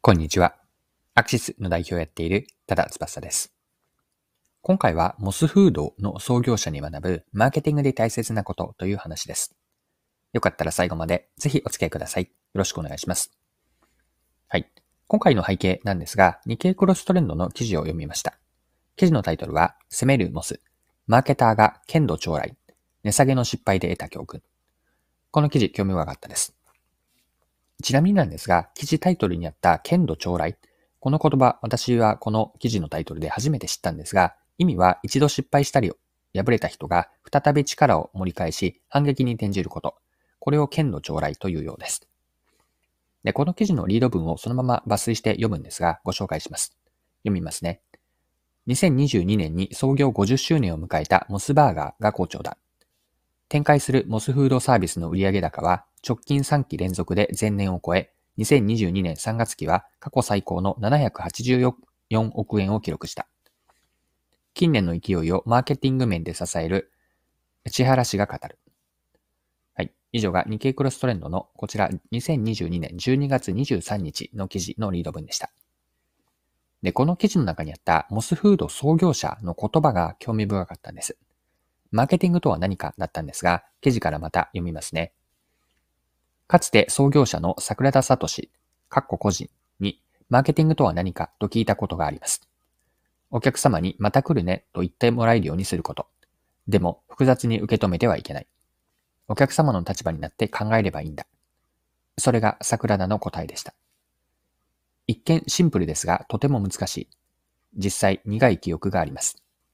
こんにちは。アクシスの代表をやっている多田翼です。今回はモスフードの創業者に学ぶマーケティングで大切なことという話です。よかったら最後までぜひお付き合いください。よろしくお願いします。はい。今回の背景なんですが、日経クロストレンドの記事を読みました。記事のタイトルは、攻めるモス、マーケターが剣道将来、値下げの失敗で得た教訓。この記事興味深かったです。ちなみになんですが、記事タイトルにあった剣道将来、この言葉、私はこの記事のタイトルで初めて知ったんですが、意味は一度失敗したり敗れた人が再び力を盛り返し反撃に転じること。これを剣道将来というようです。で、この記事のリード文をそのまま抜粋して読むんですが、ご紹介します。読みますね。2022年に創業50周年を迎えたモスバーガーが好調だ。展開するモスフードサービスの売上高は直近3期連続で前年を超え、2022年3月期は過去最高の784億円を記録した。近年の勢いをマーケティング面で支える千原氏が語る。はい。以上が日経クロストレンドのこちら2022年12月23日の記事のリード文でした。で、この記事の中にあったモスフード創業者の言葉が興味深かったんです。マーケティングとは何かだったんですが、記事からまた読みますね。かつて創業者の桜田聡、個人にマーケティングとは何かと聞いたことがあります。お客様にまた来るねと言ってもらえるようにすること。でも複雑に受け止めてはいけない。お客様の立場になって考えればいいんだ。それが桜田の答えでした。一見シンプルですがとても難しい。実際苦い記憶があります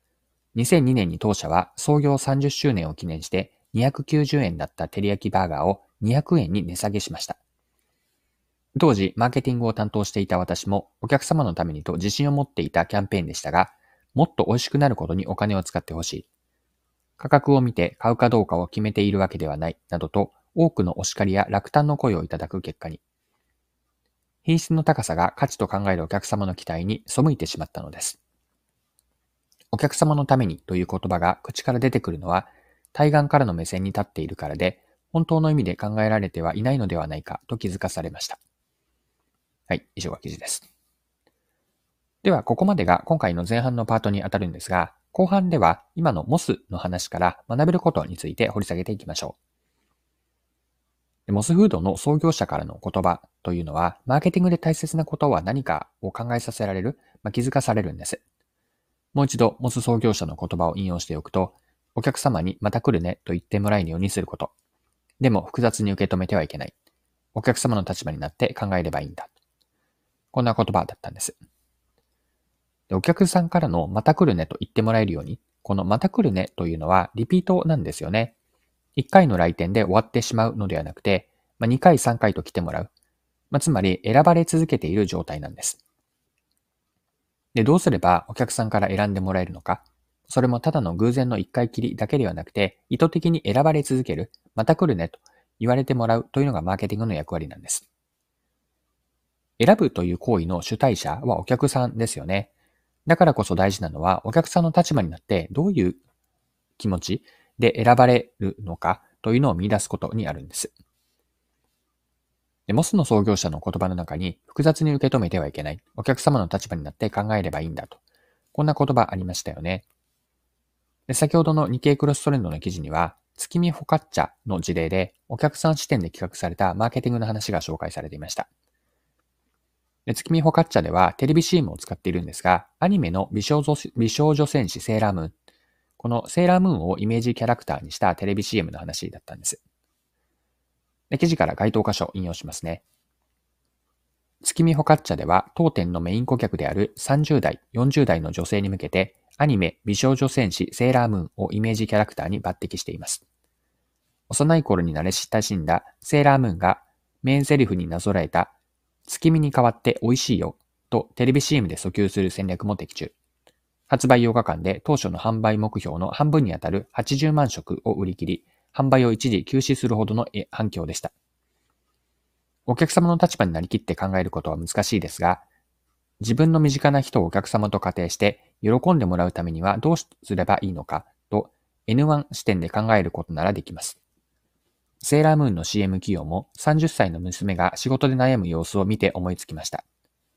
。2002年に当社は創業30周年を記念して290円だった照り焼きバーガーを200円に値下げしました。当時、マーケティングを担当していた私もお客様のためにと自信を持っていたキャンペーンでしたが、もっと美味しくなることにお金を使ってほしい。価格を見て買うかどうかを決めているわけではない、などと多くのお叱りや落胆の声をいただく結果に、品質の高さが価値と考えるお客様の期待に背いてしまったのです。お客様のためにという言葉が口から出てくるのは、対岸からの目線に立っているからで、本当の意味で考えられてはいないのではないかと気づかされました。はい、以上が記事です。では、ここまでが今回の前半のパートにあたるんですが、後半では今のモスの話から学べることについて掘り下げていきましょう。モスフードの創業者からの言葉というのは、マーケティングで大切なことは何かを考えさせられる、気づかされるんです。もう一度、モス創業者の言葉を引用しておくと、お客様にまた来るねと言ってもらえるようにすること。でも複雑に受け止めてはいけない。お客様の立場になって考えればいいんだ。こんな言葉だったんです。で、お客さんからのまた来るねと言ってもらえるように、このまた来るねというのはリピートなんですよね。1回の来店で終わってしまうのではなくて、2回3回と来てもらう。つまり選ばれ続けている状態なんです。で、どうすればお客さんから選んでもらえるのか。それもただの偶然の1回きりだけではなくて、意図的に選ばれ続ける、また来るねと言われてもらうというのがマーケティングの役割なんです。選ぶという行為の主体者はお客さんですよね。だからこそ大事なのは、お客さんの立場になってどういう気持ちで選ばれるのかというのを見出すことにあるんです。で、モスの創業者の言葉の中に複雑に受け止めてはいけない。お客様の立場になって考えればいいんだと。こんな言葉ありましたよね。で、先ほどの日経クロストレンドの記事には、月見フォカッチャの事例でお客さん視点で企画されたマーケティングの話が紹介されていました。で、月見フォカッチャではテレビ CM を使っているんですが、アニメの美少女戦士セーラームーン。このセーラームーンをイメージキャラクターにしたテレビ CM の話だったんです。で、記事から該当箇所を引用しますね。月見フォカッチャでは当店のメイン顧客である30代、40代の女性に向けてアニメ美少女戦士セーラームーンをイメージキャラクターに抜擢しています。幼い頃に慣れ親しんだセーラームーンがメインセリフになぞらえた月見に代わって美味しいよとテレビ CM で訴求する戦略も的中。発売8日間で当初の販売目標の半分にあたる80万食を売り切り、販売を一時休止するほどの反響でした。お客様の立場になりきって考えることは難しいですが、自分の身近な人をお客様と仮定して喜んでもらうためにはどうすればいいのかと N1 視点で考えることならできます。セーラームーンの CM 起用も30歳の娘が仕事で悩む様子を見て思いつきました。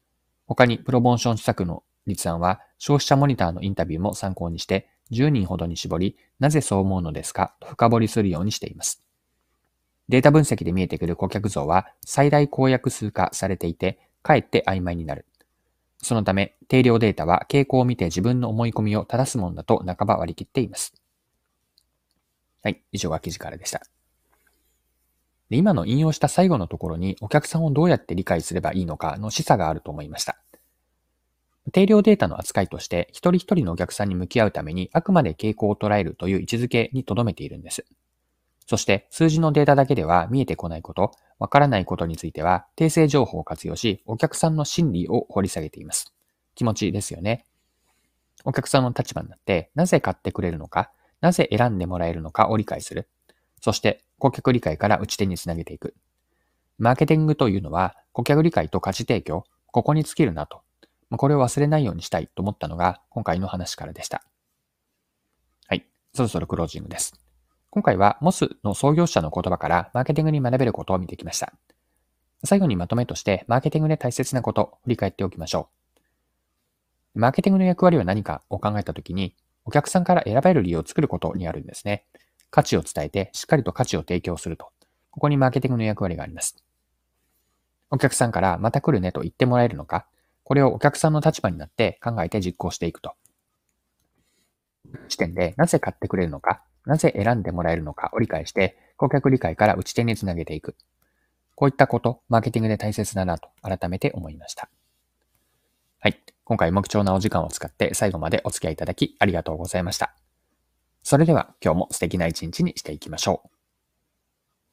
他にプロモーション施策の立案は消費者モニターのインタビューも参考にして10人ほどに絞り、なぜそう思うのですかと深掘りするようにしています。データ分析で見えてくる顧客像は最大公約数化されていて、かえって曖昧になる。そのため、定量データは傾向を見て自分の思い込みを正すものだと半ば割り切っています。はい、以上が記事からでした。で、今の引用した最後のところにお客さんをどうやって理解すればいいのかの示唆があると思いました。定量データの扱いとして一人一人のお客さんに向き合うためにあくまで傾向を捉えるという位置づけに留めているんです。そして数字のデータだけでは見えてこないこと、わからないことについては訂正情報を活用しお客さんの心理を掘り下げています。気持ちですよね。お客さんの立場になってなぜ買ってくれるのか、なぜ選んでもらえるのかを理解する。そして顧客理解から打ち手につなげていく。マーケティングというのは顧客理解と価値提供、ここに尽きるなと。これを忘れないようにしたいと思ったのが今回の話からでした。はい。そろそろクロージングです。今回は MOS の創業者の言葉からマーケティングに学べることを見てきました。最後にまとめとしてマーケティングで大切なことを振り返っておきましょう。マーケティングの役割は何かを考えたときに、お客さんから選べる理由を作ることにあるんですね。価値を伝えてしっかりと価値を提供すると。ここにマーケティングの役割があります。お客さんからまた来るねと言ってもらえるのか、これをお客さんの立場になって考えて実行していくと。時点でなぜ買ってくれるのか、なぜ選んでもらえるのかを理解して、顧客理解から打ち手につなげていく。こういったこと、マーケティングで大切だなと改めて思いました。はい。今回も貴重なお時間を使って最後までお付き合いいただきありがとうございました。それでは今日も素敵な一日にしていきましょう。